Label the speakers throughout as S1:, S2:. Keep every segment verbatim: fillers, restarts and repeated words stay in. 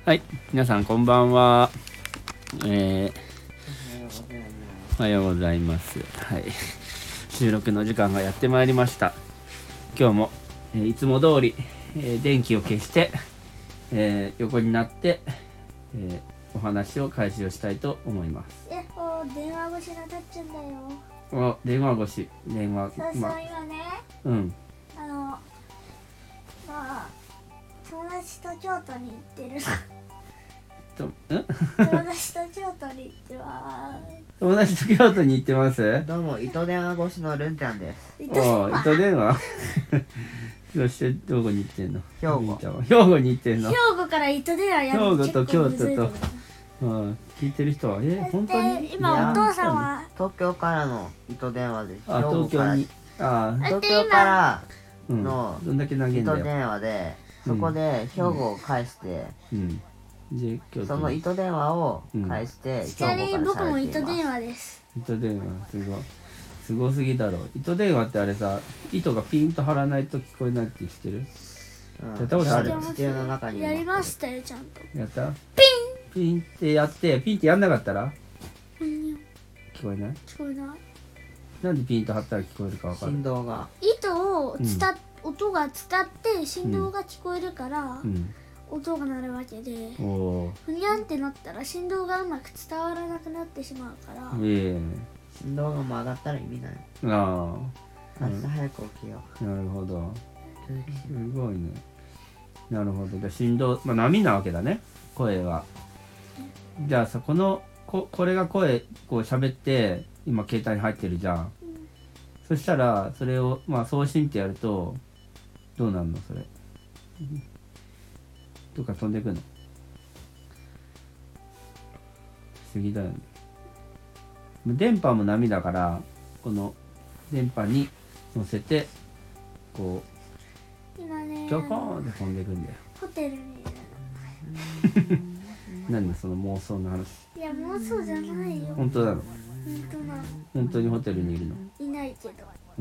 S1: はい、皆さんこんばんは。えー、おはようございます。はい、収録の時間がやってまいりました。今日も、えー、いつも通り、えー、電気を消して、えー、横になって、えー、お話を開始をしたいと思います。
S2: え、お電話越しのたっちゃんだよ。
S1: お、電話越し、電話。
S2: そうそう、
S1: まあ、
S2: 今ね、
S1: うん。
S2: あの、まあ、友達と京都に行ってる。
S1: と、ん
S2: 友達と京都に行ってます。
S1: 友達と京都に行ってます。
S3: どうも、糸電話越しのルンちゃんです。
S1: お、糸電話そしてどこに行ってんの？
S3: 兵庫。
S1: 兵庫に行ってんの？
S2: 兵庫から糸電話やるの
S1: 兵庫と京都と
S2: 結構むずいと思う。
S1: うん、聞いてる人は、え、本当に？
S2: で、今お父さんは、
S3: 東京からの糸電話です。
S1: あ、東京に。あ、
S3: 東京から
S1: うん、
S3: の
S1: どんだけ投げんだよ。
S3: 糸電話で、そこで兵庫を返して、
S1: うん。で、京都に
S3: その糸電話を返して、
S2: ちなみに
S3: 兵庫
S2: 僕も
S3: から喋っています。
S2: 糸電話です。
S1: 糸電話、すごい。すごすぎだろ。糸電話ってあれさ、糸がピンと張らないと聞こえないって知ってる？
S3: うん、
S1: やったことある？
S3: 地球の中に
S2: やりましたよ、ちゃんと。
S1: やった？ピンピンってやって、ピンってやんなかったら
S2: うん、
S1: 聞こえない？
S2: 聞こえない。
S1: なんでピンと張ったら聞こえるかわかる？
S3: 振動が。
S2: 糸を伝っ、音が伝って振動が聞こえるから、
S1: うん。
S2: 音が鳴るわけで、
S1: おお。
S2: ふにゃんってなったら振動がうまく伝わらなくなってしまうから、
S1: え
S3: 振動が曲がったら意味ない。
S1: えー。ああ。
S3: 明日早く起きよう。
S1: なるほど。すごいね。なるほど。じゃあ振動、まあ、波なわけだね、声は。じゃあさ、このここれが声こう喋って今携帯に入ってるじゃん、うん、そしたらそれをまあ送信ってやるとどうなるのそれ？どっか飛んでくの？不思議だよね。電波も波だからこの電波に乗せてこう
S2: 今ね、
S1: ピョコーンって飛んでくんだよ。
S2: ホテルにいる
S1: 何その妄想の話？
S2: の。いや、妄想じゃないよ。
S1: 本当なの？
S2: 本当なの。
S1: 本当にホテルにいるの？
S2: いないけど。
S1: うん、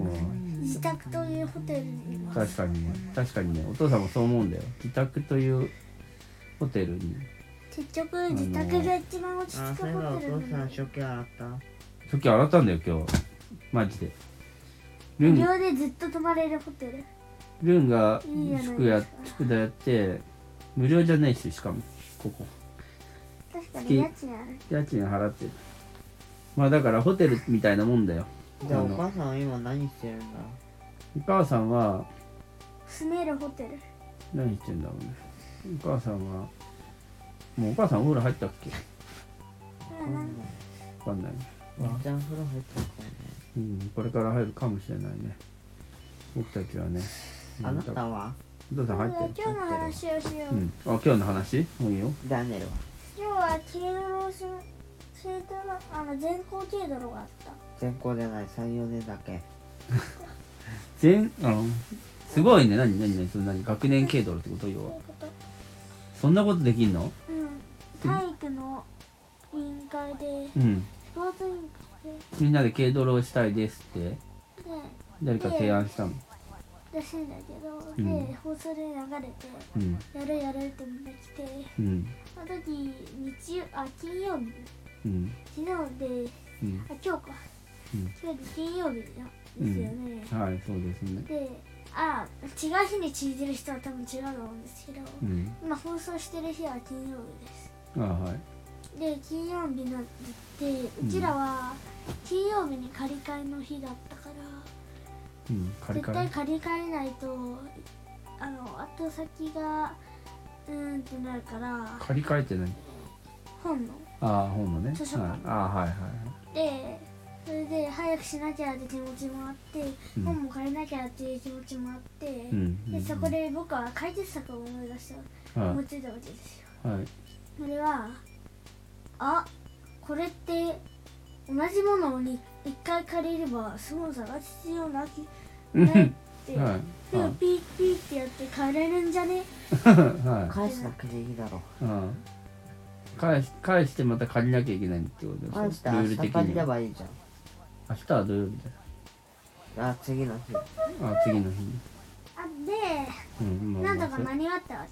S2: 自宅というホテルにいます。
S1: 確かにね、確かにね、お父さんもそう思うんだよ。自宅というホテルに。
S2: 結局自宅が一番落ち
S3: あ、
S2: 着く
S3: そういえばお
S2: ホテル
S3: 父さん食器洗った？
S1: 食器洗ったんだよ今日、マジで。ルン
S2: 無料でずっと泊まれるホテル。
S1: ルンが
S2: いいやない
S1: 宿や
S2: ですか
S1: 宿題やって無料じゃないし、しかもここ
S2: 確かに家賃ある。
S1: 家賃払ってる。まあだからホテルみたいなもんだよ。
S3: じゃあお
S1: あの
S3: 母さんは今何してるんだ？
S1: お母さんは
S2: 住めるホテル。
S1: 何してんだろうね。お母さんはもうお母さんお風呂入ったっけ？
S2: うん、なん
S1: わかんない。
S3: めっちゃお風呂入っちゃったよね。
S1: うん、これから入るかもしれないね。僕たちはね。
S3: あなたは？
S1: お父さん入ってる？
S2: 今日の話をしよう。
S1: うん。あ、今日の話？もういいよ。
S3: ダニエルは？
S2: 今日は軽泥し軽泥あの全校軽泥があった。
S3: 全校じゃない、さん、よねんだけ。
S1: 全あのすごいね。何何何そんなに学年軽泥ってことよ。
S2: そういうこと。
S1: そんなことできんの？
S2: うん。体育の委員会で、
S1: うん。
S2: スポーツ委員会
S1: みんなで軽泥をしたいですって
S2: で、で、
S1: 誰か提案したの？
S2: らしいんだけど、
S1: うん
S2: で、放送で流れて、
S1: うん
S2: やるやるってみんな来て、
S1: うん
S2: その時、日曜、あ、金曜日、
S1: うん
S2: 昨日で、
S1: うん
S2: あ、今日か。
S1: うん
S2: 今日で金曜日だよですよね。
S1: はい、そうですね。
S2: で、あ、違う日に聞いてる人は多分違うと思うんですけど、
S1: うん。
S2: 今放送してる日は金曜日です。
S1: あ、はい。
S2: で、金曜日なんで、うちらは金曜日に借り換えの日だったから、
S1: うん、借り
S2: 絶
S1: 換え。
S2: 対借り換えないと、あの、後先が、うーんってなるから、
S1: 借り換えって何？
S2: 本の。
S1: ああ、本のね。
S2: 図書館
S1: はい、ああ、はいはい
S2: で、それで早くしなきゃって気持ちもあって、
S1: うん
S2: 本も借りなきゃっていう気持ちもあって、
S1: うん
S2: でそこで僕は解決策を思い出した
S1: はい
S2: 思いついたわけですよ。
S1: はい。
S2: それは、あ、これって同じものをに一回借りればその探す必要なきないって、
S1: はい
S2: ピーピーピーってやって借りれるんじゃね？
S1: は
S3: 返すだけでいいだろ
S1: い。うん。返し返してまた借りなきゃいけないってこと
S3: う。
S1: で
S3: 返して
S1: ルー
S3: 明日借り
S1: ル的には。
S3: ればいいじ
S1: 明日は土曜日だよ。
S3: ゃん。あ、次の日。
S1: あ、次の日に。
S2: あ、で、
S1: うん、まあ
S2: なん
S1: まあそれ
S2: とか間に合ったわけね。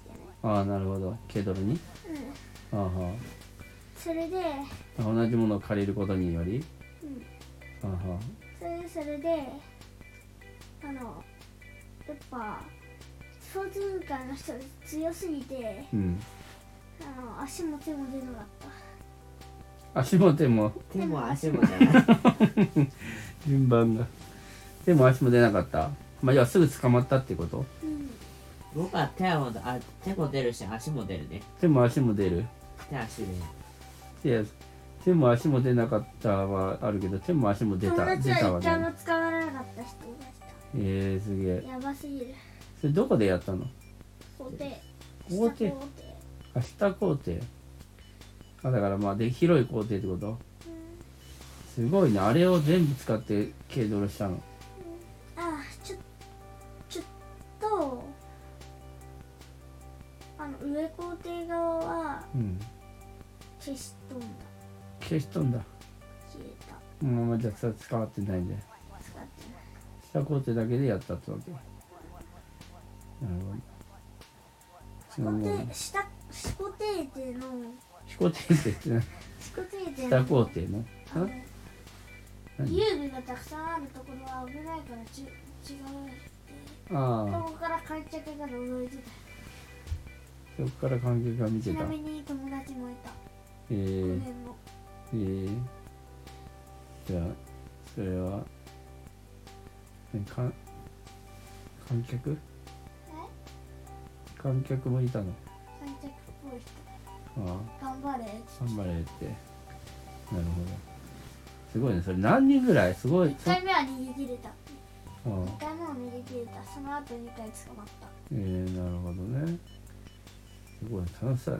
S1: ああなるほど、軽泥に。
S2: うん、
S1: ああは
S2: それで、
S1: あ、同じものを借りることにより。
S2: うん、
S1: ああは
S2: それでそれであのやっぱスポーツ委員会の人強すぎて、
S1: あ、うん
S2: あの足も手も出なかっ
S1: 足も手も
S3: 手も足もじゃない
S1: 順番が手も足も出なかった。まあ要はすぐ捕まったってこと。
S2: た。うん、
S3: 僕は手もあ手も出るし足も出るね。
S1: 手も足も出る。
S3: 手足で
S1: いや手も足も出なかったはあるけど、手も足も出
S2: 友
S1: た
S2: 達は
S1: 出たはね。
S2: 一回も捕まらなかった人いまし
S1: えー、すげえ。
S2: た。やばすぎる。
S1: それどこでやったの？
S2: 校庭
S1: 校庭
S2: 下校
S1: あ、下校庭。あ、だからまあで広い校庭ってこと。すごいね、あれを全部使って軽泥したの。
S2: 庭、あちょちょっとあの上校庭側は
S1: うん
S2: 消し飛んだ。
S1: 消し飛んだ。
S2: 消えた。
S1: もうまあじゃあ使わってないんで、
S2: 使ってない。
S1: 下校庭だけでやったってわけ。なるほど。
S2: 校
S1: すごい
S2: 庭下下校庭っての
S1: 飛行艇って言ってない。
S2: 下校庭って
S1: 下校庭の。
S2: あの
S1: 何
S2: 遊具がたくさんあるところは危ないからち違うって
S1: あ
S2: そこから観客が覗いてた。
S1: あ、そこから観客が見てた。
S2: ちなみに友達もいた。
S1: え
S2: この
S1: ー、
S2: 辺の
S1: えー、じゃあそれはえか観客観客もいたの。
S2: 観客っぽい人
S1: ああ、
S2: 頑張れって
S1: 頑張れって。なるほど。すごいね、それ何人ぐらい？すごい。
S2: いっかいめは逃げ切れた。
S1: ああ、
S2: にかいめも逃げ切れた。その後にかい捕まった。
S1: えー、なるほどね。すごい楽しそうだね。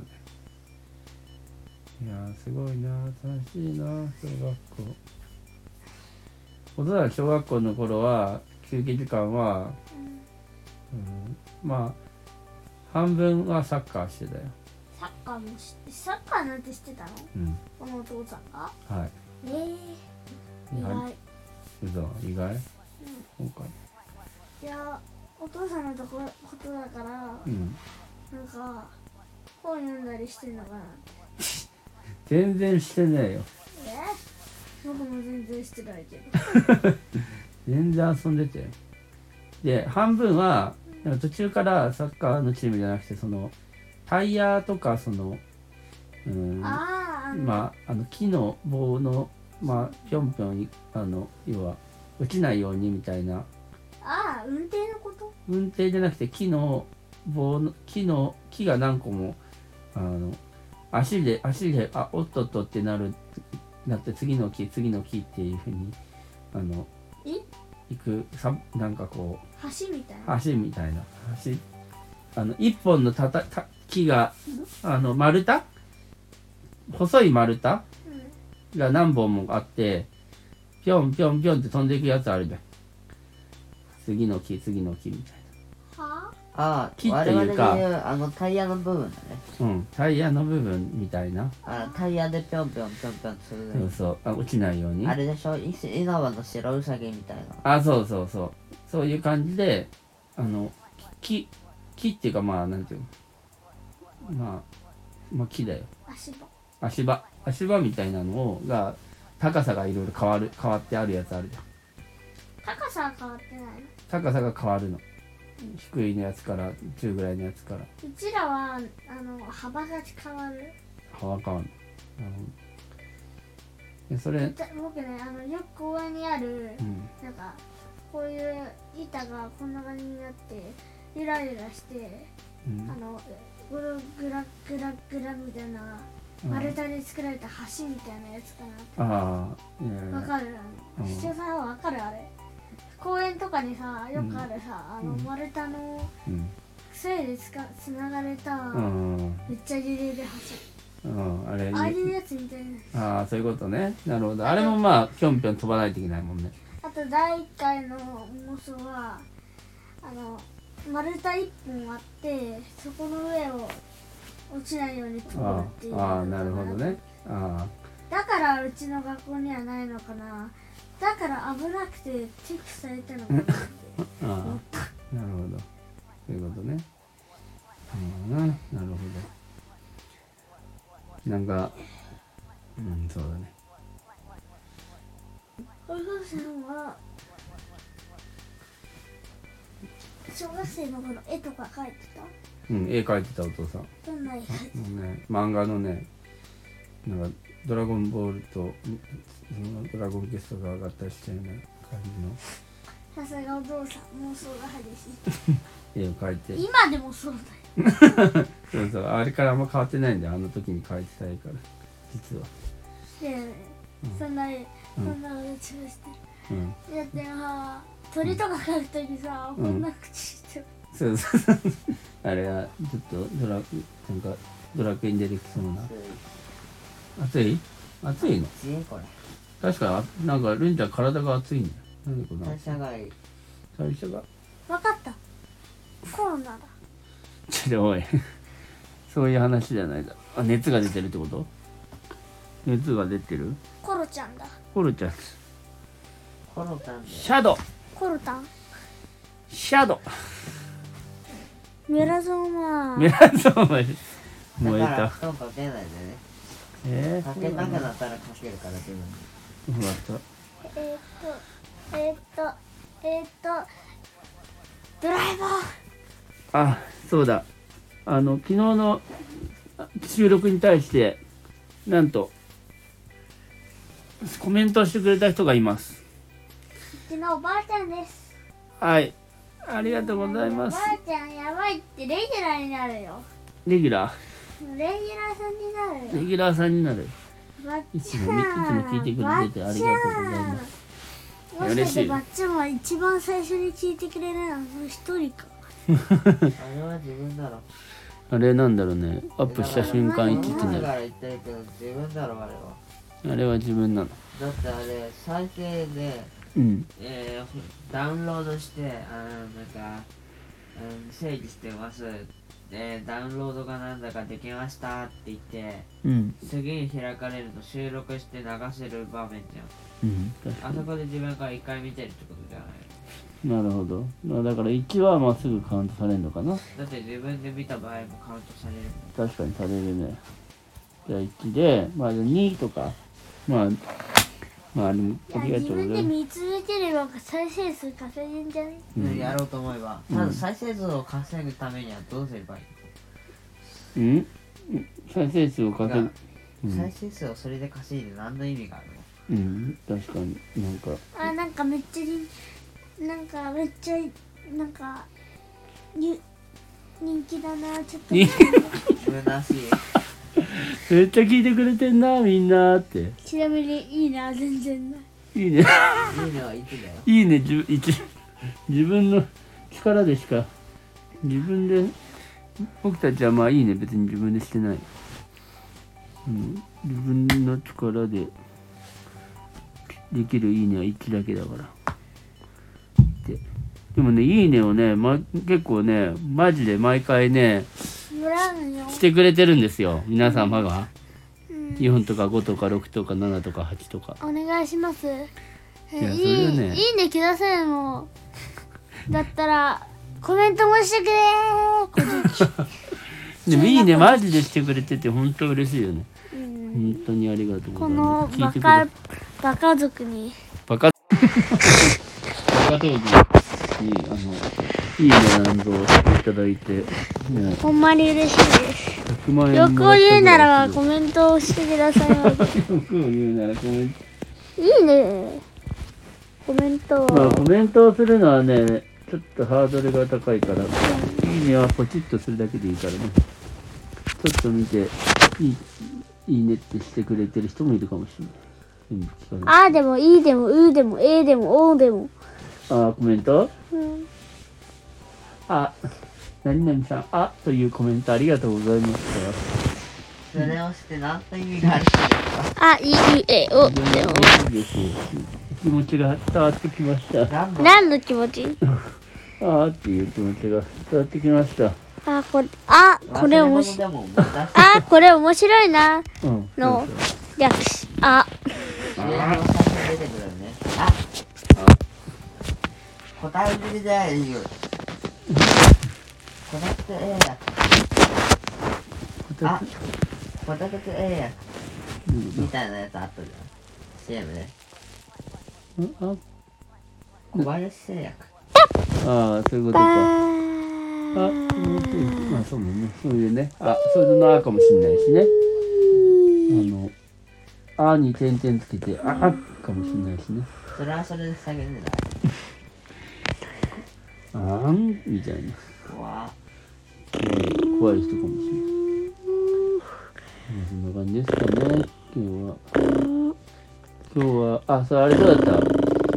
S1: いやーすごいな、楽しいな、小学校。おそらく小学校の頃は休憩時間は、
S2: うん、
S1: うん、まあ半分はサッカーしてたよ。
S2: サッカーも知ってサッカーなんて知ってたの？
S1: うん、
S2: このお父さんが？
S1: はい。
S2: えー、意外。
S1: はい、嘘、意外？
S2: うん
S1: そうか。
S2: いやお父さんのとこことだから
S1: うん。
S2: なんか本読んだりしてんのかな。
S1: 全然してねえよ。
S2: えー、僕も全然してないけど。
S1: 全然遊んでて。で、半分はなんか途中からサッカーのチームじゃなくて、そのタイヤとかその、うん、
S2: あーあの、
S1: まああの木の棒のまあぴょんぴょんいあの要は落ちないようにみたいな。
S2: あー運転のこと？
S1: 運転じゃなくて木の棒の木の木が何個もあの足で足であおっとっとってなるなって次の木次の木っていうふうにあの
S2: え
S1: 行くさなんかこ
S2: 橋みたいうな。
S1: 橋みたいな橋あの一本のたたた木があの丸太細い丸太
S2: うん、
S1: が何本もあってぴょんぴょんぴょんって飛んでいくやつあるじゃん。次の木次の木みたい
S2: は
S3: ああ、
S1: 木って
S3: 我々で
S1: いうか
S3: 言うあのタイヤの部分だね。
S1: な。うん、タイヤの部分みたいな。
S3: あタイヤでぴょんぴょんぴょんぴょんする
S1: そうそうあ落ちないように。
S3: あれでしょ、い稲葉の白ウサギみたいな。
S1: あ、そうそうそう。そういう感じで、あの、木、木っていうかまあ、なんていうの。まあ、まあ木だよ。
S2: 足場。
S1: 足場。足場みたいなのをが、高さがいろいろ変わる、変わってあるやつあるじゃん。
S2: 高さは変わってないの？
S1: 高さが変わるの。低いのやつから、中ぐらいのやつから。
S2: うちらはあの幅が変わる。
S1: 幅変わるの。なるほど。で、それ、
S2: 僕ねあのよく公園にある、
S1: うん。
S2: なんかこういう板がこんな感じになってゆらゆらして
S1: うん
S2: あのグラグラグラグラみたいな丸太で作られた橋みたいなやつかな。
S1: ああ、いやいや
S2: わかる？
S1: うん
S2: 視聴さんはわかるあれ？公園とかにさよくあるさ、あの
S1: うん
S2: 丸太の
S1: うん。
S2: 杖でつかつながれた、
S1: うん。
S2: めっちゃ揺れる
S1: うん。あれ
S2: 橋。ああいうやつみたいな。
S1: ああ、そういうことね。なるほど。あれもまあ、ぴょんぴょん飛ばないといけないもんね。
S2: あとだいいっかいの妄想はあの丸太いっぽんあってそこの上を落ちないように通る
S1: あ
S2: っていう
S1: あ、ああ、なるほどね。あ
S2: だからうちの学校にはないのかな。だから危なくてチェックされたのかなって
S1: あ、ああ、なるほど。そういうことね。ああ、なるほなんかうんそうだね。
S2: お父さんは小学生の頃絵とか描いてた？
S1: うん絵描いてたお父さん。
S2: どんな絵描いて
S1: もうね漫画のねなんかドラゴンボールとそのドラゴンクエストが上がったりしたような感
S2: た？さすがお父さん妄想が激しい。
S1: じの絵を描いて
S2: 今でもそうだよ。
S1: そうそうあれからあんま変わってないんだよあの時に描いてた絵から実は。
S2: してるね、
S1: うん、
S2: そんな絵
S1: うん
S2: そんな絵してる、
S1: うん、
S2: だってさ鳥とか描くときさ、
S1: うん、
S2: こんな口してる。
S1: そうそうそうあれはちょっとドラなんかドラクエに出てきそうな熱い熱いの
S3: 熱いこれ。
S1: 確かになんかルンちゃん体が熱いんだよ。なんでこんな
S3: 代謝がいい。
S1: 最初が
S2: わかった、コロナだ。
S1: ちょおいそういう話じゃないだあ熱が出てるってこと？熱が出てる？
S2: コロちゃんだ。
S1: コロちゃん
S3: コロタンで。
S1: シャドウ
S2: コロタン
S1: シャドウ
S2: メラゾーマ
S1: メラゾーマ燃え
S3: だから
S1: た。
S3: 布団かけないでね。
S1: えー、
S3: かけなくなったらかけるから自分に。
S1: 終わった
S2: えー、っとえー、っとえー、っとドライバー。
S1: あそうだあの昨日の収録に対してなんとコメントしてくれた人がいます。
S2: うちのおばあちゃんです。
S1: はいありがとうございます。
S2: おばあちゃんやばいってレギュラーになるよ。
S1: レギュラ
S2: レギュラーさんになるよ。
S1: ーレギュラーさんになる。
S2: ばっ
S1: いつ
S2: ちゃん
S1: もいつも聞いてくれててありがとうございます。
S2: もしか
S1: 嬉しい
S2: してばっちゃんは一番最初に聞いてくれるのは一人か。
S3: あれは自分だろ。
S1: あれなんだろうねアップした瞬間いつつになる。
S3: だから言ってるけど自分だろあれは。
S1: あれは自分なの。
S3: だってあれ再生で、
S1: うん
S3: えー、ダウンロードしてあのなんか、うん、整理してます。でダウンロードがなんだかできましたって言って
S1: うん
S3: 次に開かれると収録して流せる場面じゃん。
S1: うん確か
S3: あそこで自分から一回見てるってことじゃない。
S1: になるほど。まあだからいちはまあすぐカウントされるのかな。
S3: だって自分で見た場合もカウントされるもん。
S1: 確かにされるね。じゃあいちでまあにとかまあまあでもありが
S2: 自
S1: とうございます。
S2: 分で見続ければ再生数稼げんじゃね？
S1: うん
S3: やろうと思えば、
S1: うん
S3: ただ再生数を稼ぐためにはどうすればいい
S1: うん再生数を稼ぐ。
S3: の、
S1: うん
S3: 再生数をそれで稼いで何の意味があるの？
S1: うん確かになんか
S2: あ、なんかめっちゃりなんかめっちゃなんかゆ人気だなちょっと。
S1: い
S3: 虚しい。
S1: めっちゃ聞いてくれてんなみんなって。
S2: ちなみにいいな全然ない。
S1: いいね
S3: いいのはいつだよ。
S1: いいねじゅ一自分の力でしか自分で僕たちはまあいいね別に自分でしてない、うん、自分の力でできるいいねはいちだけだからででもねいいねをね、ま、結構ねマジで毎回ね
S2: もらうのよ。
S1: してくれてるんですよ皆様が、
S2: うん
S1: よんとかごとかろくとかななとかはちとか
S2: お願いします。え
S1: いや
S2: い
S1: それはね
S2: いいいねくださいもう。だったらコメントもしてくれー。こじき
S1: でもいいねマジでしてくれてて本当嬉しいよね。
S2: うん
S1: 本当にありがとうござ
S2: こ
S1: います。
S2: のバ
S1: 聞いてくれ
S2: カバカ族に
S1: バカバカトークにあのいいねなんぞをしていただいて、ね、
S2: ほんまに嬉しいです。
S1: ひゃくまん円
S2: 欲を
S1: もらった
S2: 言うなら
S1: ぐ
S2: コメントをしてくださいませ。
S1: 欲を言うならコメント
S2: いいね。コメント
S1: まあ
S2: を。
S1: コメントをするのはねちょっとハードルが高いからいいねはポチッとするだけでいいからねちょっと見ていいいいねってしてくれてる人もいるかもしれない全部聞かない
S2: あーでもいいでもうーでもえーでもおーでも。
S1: あーコメント
S2: うん。
S1: あ何々さんあというコメントありがとうございまし
S3: それをして何と意味があるんですか？
S2: あいうえお
S1: た
S2: でも。
S1: いいですよ気持ちが伝わってきました
S3: 何の
S2: 何の気持ち？
S1: あーっていう気持ちが伝わってきました
S2: あこれあこれ面
S3: 忘
S2: 白い。
S3: れ物でも思い出して
S2: あこれ面白いな。
S1: うん
S2: の
S1: そうそう
S2: 略しあ。
S3: 自分の最初に出てくるよね。あ答え出てないよ。答えってええやつ。あポテトエアみたいなやつあったじゃん シーエム で
S1: あ
S3: 小林製薬
S1: あーそういうことか。あ、うんまあそうもね、そういうね、あ、そういうのあるかもしれないしね。あの、あに点々つけて、あ、あかもしれないしね。
S3: それはそれで下げるんだ
S1: あんみたいな。
S3: うわ
S1: 怖い人かもしれない。まあそんな感じですかね、今日は。今日は、あ、それあれどうだった？あの、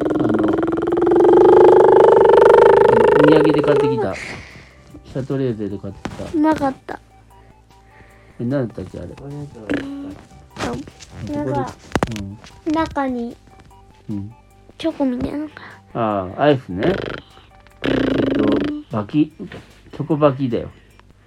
S1: お土産で買ってきた。シャトレーゼで買ってきた。
S2: うまかった。
S1: え、何だったっけあれ。
S3: これと
S2: なんか
S1: うん。
S2: 中に
S1: うん。
S2: チョコみたいなのが。
S1: ああ、アイスね。えっと、バキ、チョコバキだよ。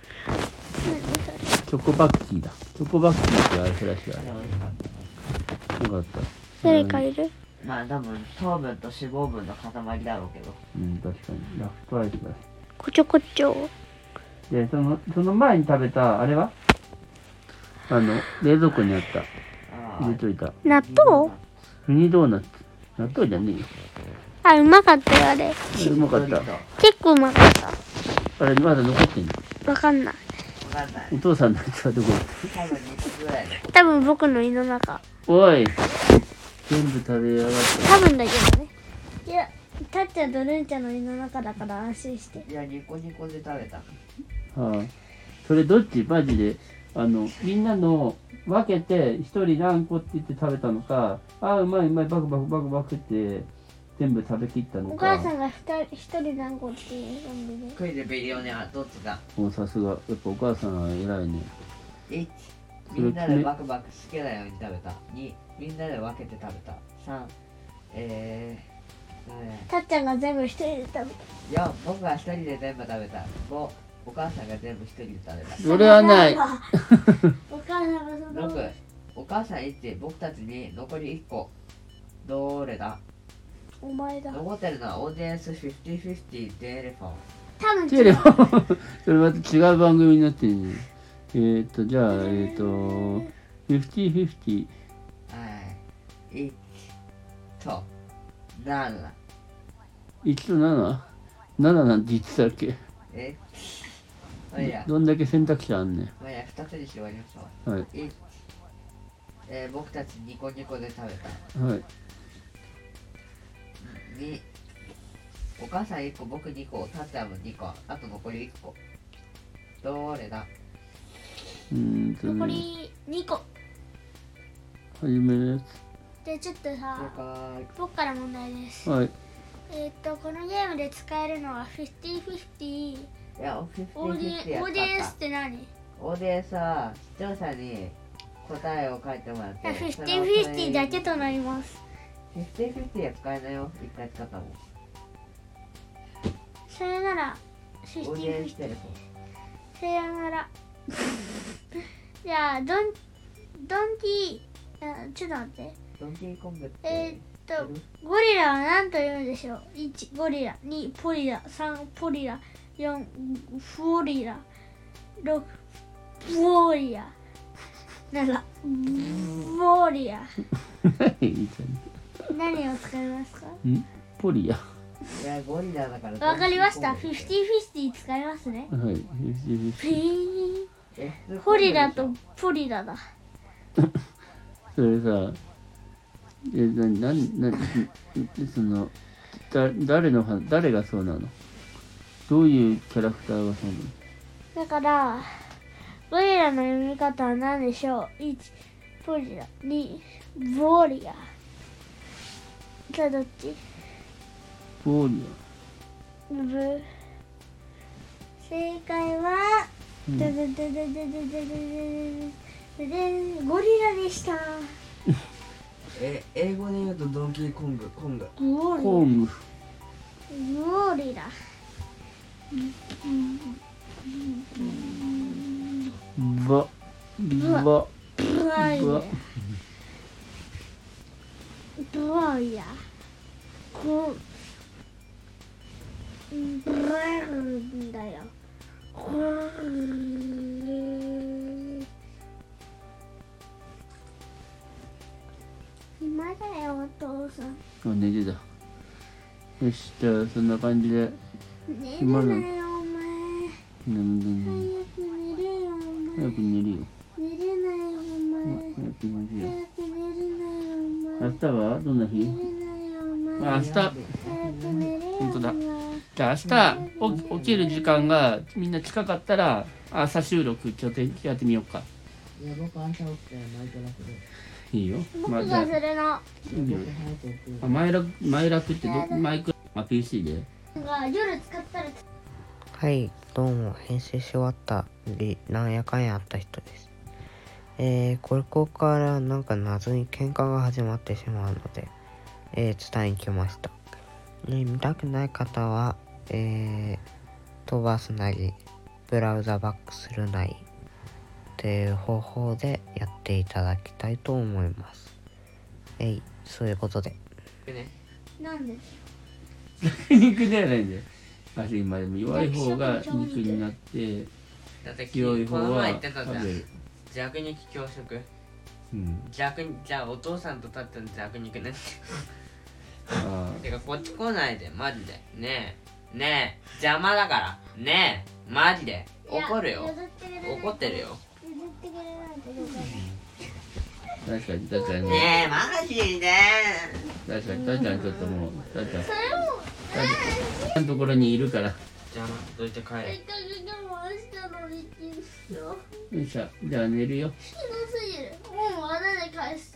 S1: チョコバッキーだ。チョコバッキーってアイスらしいあれ。よかった。
S2: 誰かいる？
S3: まあ多分糖分と脂肪分の塊だろうけど
S1: うん、確かに。ラフトアイスだし。
S2: こちょこちょ。
S1: で、その、その前に食べた、あれはあの、冷蔵庫にあった。
S3: あ
S1: 入れといた。
S2: 納豆？
S1: ミニドーナツ。納豆じゃねえよ。
S2: あ、うまかったよあれ。
S1: あれうまかった。
S2: 結構うまかった。
S1: あれ、まだ残ってんの？
S2: わかんない。
S3: わかんない
S1: お父さんのやつはどこ？
S3: 多分につぐらいだ
S2: 多分僕の胃の中。
S1: おい全部食べやがっ
S2: 多分だけどね。いや、タッチャとルンちゃんの胃の中だから安心して。
S3: いやニコニコで食べた
S1: た。はあ。それどっちマジで、あの、みんなの分けて一人何個って言って食べたのか、ああ、うまいうまい、バクバクバクバクって全部食べきったの
S2: お
S1: か。
S2: 母さんが一人一人何個っていう感じで。
S3: クイズビリオネアどっちだ
S1: もうさすが、やっぱお母さんは偉いね。
S3: いちみんなでバクバク好きなように食べたにみんなで分けて食べたさんえー、え
S2: たっちゃんが全部一人で食べた。
S3: ー、よん僕が一人で全部食べたごお母さんが全部一人で食べた
S1: それはない。
S2: お母さんがその。
S3: ろくお母さんいち僕たちに残りいっこどれだ
S2: お前だ。
S3: 残ってるのはオーディエンスフィフティフィフティテレフォン
S2: 多分
S1: テレフォンそれまた違う番組になってるね。えーっと、じゃあ、えーっと、フィフティフィフティ。
S3: はいいちとなない
S1: ちとなな？ なな なんて言ってたっけ？
S3: えまあいいや
S1: どんだけ選択肢あんねん。
S3: まあいいやふたつにして終わりましょう
S1: はい。
S3: いちえー、僕たちニコニコで食べた
S1: はい。
S3: にお母さんいっこ僕にこたっちゃんもにこあと残りいっこどれだ
S1: うーんと
S2: 残
S1: ね、
S2: りにこ。
S1: 始めるや
S2: でちょっと
S3: 了
S2: さ、
S3: 解
S2: 僕から問題です。
S1: つ。はい。
S2: えーっとこのゲームで使えるのはフィフティフィフティ。
S3: いやフィフティ
S2: オーデ
S3: フィフティや
S2: ィオーディエンス
S3: っ
S2: って何？
S3: オーディエンスは視聴者に答えを書いてもらって
S2: フィフティフィフティだけとなります。
S3: フィフティフィフティは使えないよ一回使ったもん
S2: さよなら。フィフ
S3: オーディエン
S2: ティフィフティ。
S3: ステレフォン
S2: さよなら。じゃあドンドンキーあちょっと待って。
S3: ドンキーコングって
S2: えーっとゴリラは何と言うんでしょう。いちゴリラ、にポリラ、さんポリラ、よんフォリラ、ろくフォリラ、ななフォリラ。
S1: いい
S2: 何を使いますか？
S1: じゃん。んポリア。
S3: いやゴリラだから
S2: わかりました。フ
S3: ドンキ
S2: ィフティフィフティ使いますね。
S1: はい。フィフティフィフ
S2: ピーン。
S3: ティコング
S2: ゴリラとポリラだ。
S1: それさ、え、なに、なに、なに、その、だ、誰の話、誰がそうなの？どういうキャラクターがそうなの？
S2: だからゴリラの読み方は何でしょう。いちポリラ、にボリラ。じゃあどっち？
S1: ポリ
S2: ブ正解は、
S1: うん
S2: ドドドドドドドドドドドドゴリラでした。
S3: え英語で言うとドンキーコングコング
S2: ゴ
S1: ア。コーム。
S2: ゴリラ。
S1: バ。バ。
S2: ブワイ
S1: バ
S2: ヤ。ブワイヤ。こブランだよ。
S1: じゃあそんな感じで
S2: 寝
S1: 今の
S2: るなよお前。
S1: 眠る
S2: 早く寝れよお前。
S1: 早く寝るよ。
S2: 寝れないよお前。
S1: 早く寝るよ。
S2: 早く寝れないよお前。
S1: 明日はどんな日？
S2: 寝れないよお前。
S1: あ、明日。
S2: 早く寝れよお前。
S1: 本当だ。じゃあ明日起き起きる時間がみんな近かったら朝収録ちょっとやってみようか。
S3: いや僕朝起きてマイクラする。
S1: いいよ。
S2: 僕
S1: まあじゃあ
S2: がするの。
S1: いいよ。
S3: 早く起きる。
S1: あマイラマイラクってどマイクあ ピーシー で。
S2: が夜使ったら
S4: はい、どうも、編集し終わったり、なんやかんやあった人です。えー、これここからなんか謎に喧嘩が始まってしまうので、えー、伝えに来ました。えー、見たくない方は、えー、飛ばすなり、ブラウザバックするなり、っていう方法でやっていただきたいと思います。えい、そういうことで。
S2: なんで
S1: 肉ではないんだよ。足今でも弱い方が肉になって
S3: だって
S1: 強い方
S3: この前
S1: は
S3: 言ってたじゃん。
S1: 食べる。
S3: 弱肉強食。
S1: うん。
S3: 弱にじゃあお父さんとたったの弱肉ね。
S1: あ
S3: てかこっち来ないでマジで。ねえねえ邪魔だからねえマジで怒るよ。怒ってるよ。
S2: 譲ってくれないとどうか
S1: あ確かに確かにね。
S3: ねえマジで。
S1: 確かに確かにちょっともう確かに
S2: それを
S1: ちゃんところにいるから。
S3: 邪魔どいて帰れ。
S2: せっかく我慢したのにって言うの。
S1: よいしょ。じゃあ寝るよ。
S2: ひどすぎる。もう罠で返した。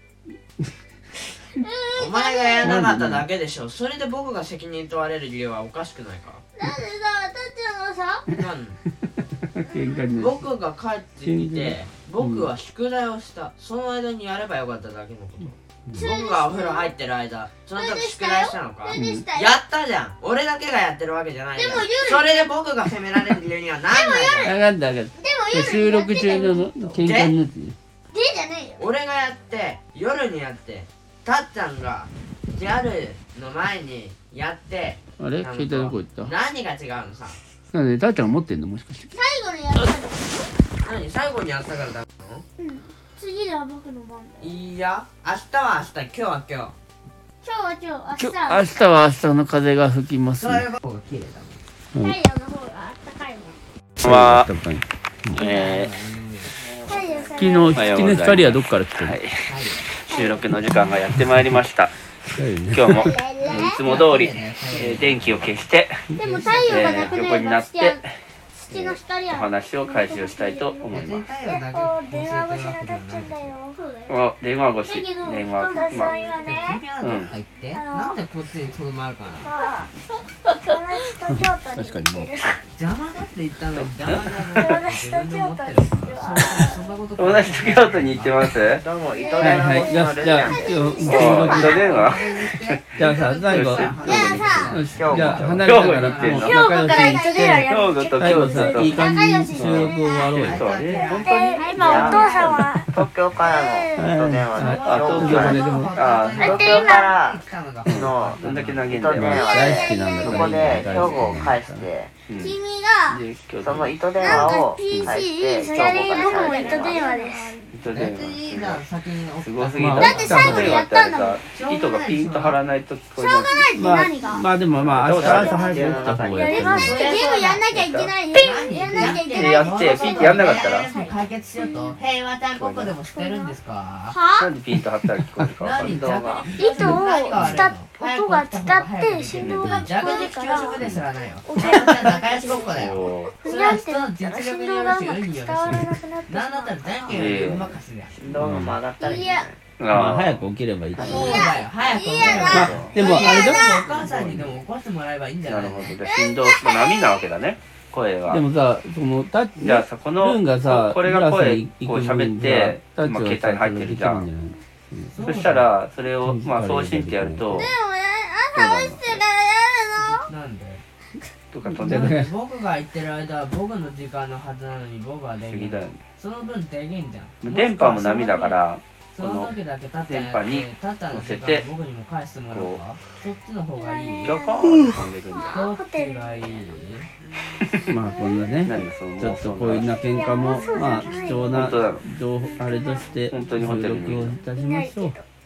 S3: お前がやらなかっただけでしょ。それで僕が責任問われる理由はおかしくないか。
S2: なんでさ、たっちゃんがさ、
S3: なん
S1: 喧嘩になる。
S3: 僕が帰ってきて僕は宿題をした。その間にやればよかっただけのこと。僕がお風呂入ってる間その時宿題したのか。
S2: それでしたよ。
S3: やったじゃん。俺だけがやってるわけじゃないじゃん。
S2: でも夜
S3: それで僕が責められる理由にはなんないじゃん。
S1: あかんだあかん。
S2: でも夜
S1: 収録中の喧嘩になってる。
S2: でじゃねえよ。
S3: 俺がやって夜にやってたっちゃんがギャルの前にやって
S1: あれ携帯どこ行った？
S3: 何が違うのさ。
S1: なんでたっちゃん持ってんのもしかして。
S2: 最後のやったの。
S3: 何最後にやったからだの。
S2: うん。次は僕の番だよ。
S3: いや明日は明日今日は今日。
S2: 今日は今日、明
S1: 今
S2: 日
S1: 日明日は明日の風が吹きますね。
S3: それが方が綺麗だもん。
S2: 太陽の方があったかいもん。
S1: はえ
S2: 太陽さん
S1: ー、昨日月の光はどっから来てる？はい、収録の時間がやってまいりました。今日もいつも通り、えー、電気を消して
S2: でも太陽がなくなれば月は月の光
S1: お
S2: は
S1: 話を開始をしたいと思います。
S3: 太陽だけ
S2: お電話越しのたっちゃんだよ。そうだよ。
S1: お電話越し
S2: だけど、
S1: 電話
S2: 今度は
S1: まあ
S2: 今ね、
S1: うん
S3: 入ってなんでこっちにとどまるかな。
S2: さ、私と京都に行ってる。
S3: 邪魔だって言ったのに邪魔だなって自分で思ってるからそんなこと
S1: 友達と京都に行ってます？
S5: どうも、糸
S1: はい
S5: 電
S1: はい。じゃあじゃあ今日収録
S5: 糸電話
S1: じゃあさ最後
S2: じゃあさ、
S1: よしじゃあ離れたからもう
S2: 京都から糸電話やる。
S5: 京都と
S1: 最後
S5: 京都と
S1: さいい感じに収録終わろうよ。
S5: そう
S2: で、今お父さんは、
S5: 東京からの糸電話の
S1: あ東京まででも
S5: あ東京から
S3: 来たのが
S5: の
S1: どんだけ投げん
S5: 糸電
S1: だよ。
S5: 話
S1: 大好きなんだ
S5: そ
S1: から
S5: こで兵庫を返して
S1: うん
S2: 君が、
S1: で京都
S5: その糸電
S2: なんか
S5: 話を返して
S2: ピーシー、
S5: 兵庫
S2: それで僕も
S5: から
S2: 糸電話です。
S1: 糸電
S3: 別にいい
S1: 話
S3: な先に送
S1: す
S3: った
S1: ごすぎた。
S2: だって最後にやったんだもん。
S1: 糸がピンと張らないと聞こえない。
S2: しょうがないって何が、
S1: まあでもまあ明日朝早く起きた方が
S2: やり
S1: やっ
S2: ますってゲームやんなきゃいけないよ。やんなきゃいけないよ。
S1: やってピンってやんなかったら
S3: 解決しようと平和ちゃんごっこでもしてるんですか。
S2: は
S1: なんでピンと張ったら聞こえるかわかんない。
S3: 何動画
S2: 糸を伝っ音が伝って振動が聞
S3: 弱
S2: こえるから、
S3: 肉強食ですらないよ。
S2: お
S3: 平和ちゃん仲良しごっこだよ。
S1: お
S3: それは
S2: ふにゃって
S3: 人の
S2: なったら
S3: 実力に
S2: 振動がうま
S3: よるし運
S2: く伝わ
S3: によるし。
S2: らなくなってし
S3: なんだったら
S2: ま
S3: 全権よりうまかすりゃ。
S5: 振動が曲がったらいいん
S2: いや
S5: じゃない
S1: まあ早く起きればいいと思う。
S3: そうだよ。早く起きれば
S2: いや
S1: まあでもあれだ。
S3: お母さんにでも起こしてもらえばいいんじゃない。
S1: なるほど。で振動まあ波なわけだね。声が。
S6: でもさ、そのタッチ
S1: じゃあさこの
S6: ルーンがさ、
S1: これが声
S6: グ
S1: こう
S6: ラスに行く分
S1: 喋って
S6: タッチは
S1: まあ携帯に入ってるじゃん
S6: できるん
S1: そしたらそれをまあ送信ってやると
S2: でもや朝起きてからや
S3: なんで
S1: とか飛んでる
S6: じゃない
S3: 僕が言ってる間は僕の時間のはずなのに僕はできん
S1: 不思議だよね。
S3: その分できんじゃん。
S1: 電波も波だから
S3: その時だけタッタンやっ
S1: 電波に
S3: てタッタンの時
S1: 乗せて
S3: 間僕にも返してもらおうか。そっちの方がいい。
S1: ピョコーンって飛んでくるんだよ。
S3: どっちがいい。
S6: まあこんなね、
S1: 何その
S6: ちょっとこういうな喧嘩もまあ貴重な
S1: 本当だろ
S6: 情報あれとして収
S1: 本当にホテルに
S6: 録をいたしましょう。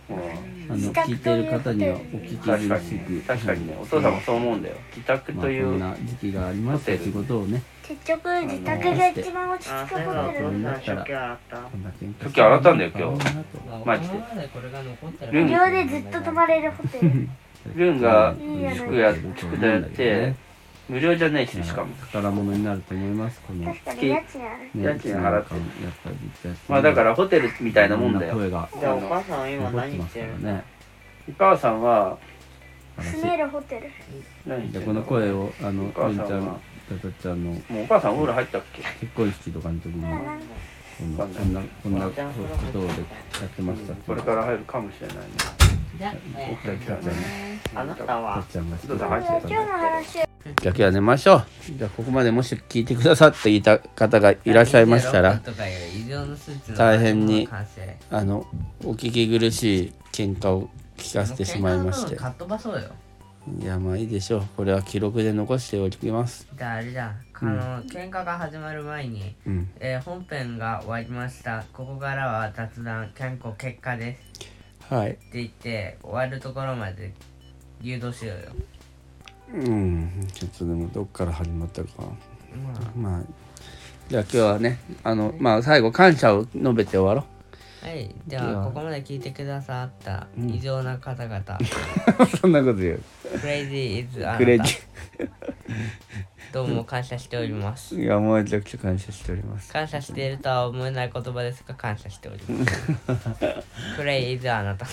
S1: あの聞いている方にはお聞き
S6: 確か
S1: 苦しく
S6: に確かにねお父さんもそう思うんだよ。自宅
S1: まあ、こ
S6: という、
S1: んな時期がありましたってことをね、
S2: 結局自宅が一番落ち着くホ
S5: あそういえばお
S2: テル。
S5: 父さん食器洗った。
S1: こんな喧嘩
S6: 時洗ったんだよ今日
S1: 日
S6: マジで
S3: このままでこれが残ってる
S6: ルン
S2: 無料でずっと泊まれるホテル。
S6: ルンが
S2: いいや
S6: 宿や宿でやって無料じゃないししかも。
S1: 宝物になると思いますこの、ね、
S2: 確かに家賃ある。
S6: 家賃払って
S1: やっぱりずっとやって
S6: まあだからホテルみたいなもんだよ。
S1: 声が
S5: じゃあお母さんは今
S1: 残って
S5: 何
S1: ますから
S5: してるの？
S1: ね。
S6: お母さんは
S2: 住めるホテル。
S6: 何してん
S1: じゃあこの声をあの
S6: お母
S1: ルンちゃん
S6: さんは
S1: タタちゃんの
S6: もうお母さんお風呂入ったっけ？
S1: 結婚式とかの時にこんなこんなこんなことでやってましたって
S6: これから入るかもしれないね。
S3: じゃあ
S6: お二人たちはね。
S5: あなた
S1: た
S5: は
S1: っちゃんが
S6: どうぞ入って
S2: 今日の話を
S1: じゃあ今日は寝ましょう。じゃあここまでもし聞いてくださっていた方がいらっしゃいましたら
S3: とかいう異常な数値の
S1: 大変に
S3: 完成
S1: あのお聞き苦しい喧嘩を聞かせてしまいまして
S3: かっ飛ばそうよ。
S1: いやまあいいでしょう。これは記録で残しておきます。
S3: じゃああれじゃん、あの喧嘩が始まる前に、
S1: うん
S3: えー本編が終わりました。ここからは雑談、健康結果です
S1: はい
S3: って言って終わるところまで誘導しようよ。
S1: うんちょっとでもどっから始まったか
S3: ま
S1: まあじゃあ今日はねあのまあ最後感謝を述べて終わろ
S3: あ、はい、で
S1: では
S3: はここまで聞いてくださった異常な方々、
S1: うそんなこと言う
S3: クレイジーイズあなた
S1: クレジ
S3: どうも感謝しております。
S1: いやもうめちゃくちゃ感謝しております
S3: 感謝しているとは思えない言葉ですが感謝しております。クレイイズあなた。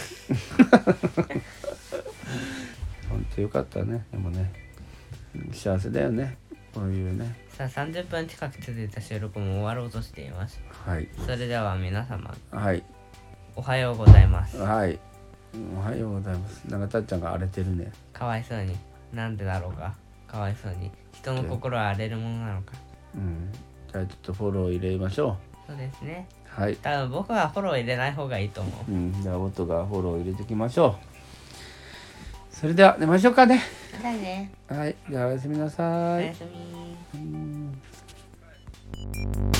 S1: 本当よかったね。でもね幸せだよねこういうね。
S3: さあさんじゅっぷん近く続いた収録も終わろうとしています。
S1: はい
S3: それでは皆様
S1: はい
S3: おはようございます。
S1: はいおはようございます。なんかたっちゃんが荒れてるね。
S3: かわいそうに、なんでだろうか、かわいそうに人の心は荒れるものなのか。
S1: うんじゃあちょっとフォロー入れましょ
S3: そうですね。
S1: う。はい
S3: 多分僕はフォロー入れない方がいいと思う。
S1: うんじゃあ音がフォロー入れていきましょう。それでは寝ましょうかね。
S3: じゃあね、
S1: はいじゃあおやすみなさい。
S3: おやすみ。
S1: うん